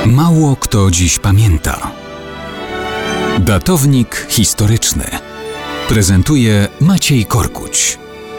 Mało kto dziś pamięta. Datownik historyczny prezentuje Maciej Korkuć.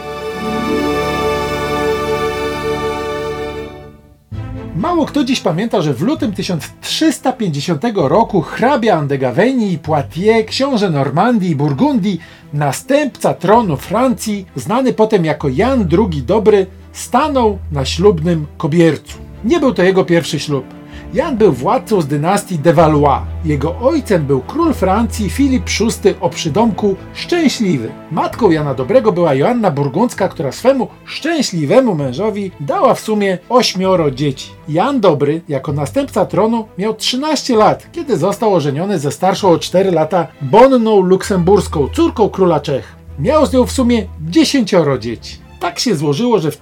Mało kto dziś pamięta, że w lutym 1350 roku hrabia Angevini i Poitiers, książę Normandii i Burgundii, następca tronu Francji, znany potem jako Jan II Dobry, stanął na ślubnym kobiercu. Nie był to jego pierwszy ślub. Jan był władcą z dynastii de Valois. Jego ojcem był król Francji Filip VI o przydomku Szczęśliwy. Matką Jana Dobrego była Joanna Burgundzka, która swemu szczęśliwemu mężowi dała w sumie 8 dzieci. Jan Dobry, jako następca tronu, miał 13 lat, kiedy został ożeniony ze starszą o 4 lata Bonną Luksemburską, córką króla Czech. Miał z nią w sumie 10 dzieci. Tak się złożyło, że w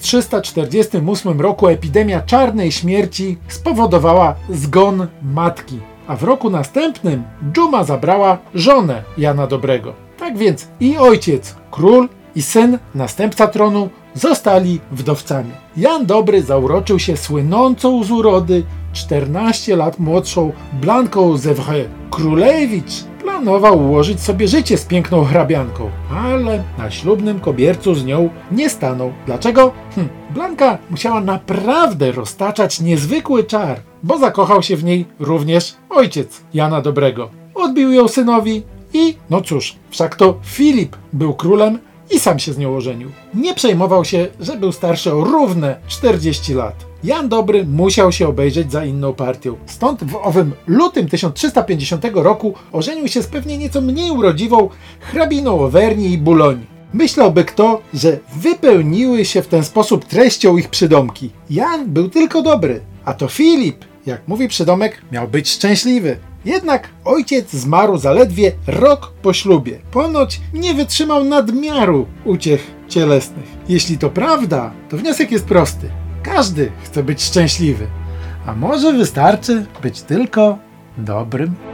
1348 roku epidemia czarnej śmierci spowodowała zgon matki, a w roku następnym dżuma zabrała żonę Jana Dobrego. Tak więc i ojciec, król, i syn, następca tronu, zostali wdowcami. Jan Dobry zauroczył się słynącą z urody 14 lat młodszą Blanką z Evreux. Królewicz planował ułożyć sobie życie z piękną hrabianką, ale na ślubnym kobiercu z nią nie stanął. Dlaczego? Blanka musiała naprawdę roztaczać niezwykły czar, bo zakochał się w niej również ojciec Jana Dobrego. Odbił ją synowi i, no cóż, wszak to Filip był królem i sam się z nią ożenił. Nie przejmował się, że był starszy o równe 40 lat. Jan Dobry musiał się obejrzeć za inną partią. Stąd w owym lutym 1350 roku ożenił się z pewnie nieco mniej urodziwą hrabiną Auvergne i Boulogne. Myślałby kto, że wypełniły się w ten sposób treścią ich przydomki. Jan był tylko dobry, a to Filip, jak mówi przydomek, miał być szczęśliwy. Jednak ojciec zmarł zaledwie rok po ślubie. Ponoć nie wytrzymał nadmiaru uciech cielesnych. Jeśli to prawda, to wniosek jest prosty. Każdy chce być szczęśliwy. A może wystarczy być tylko dobrym?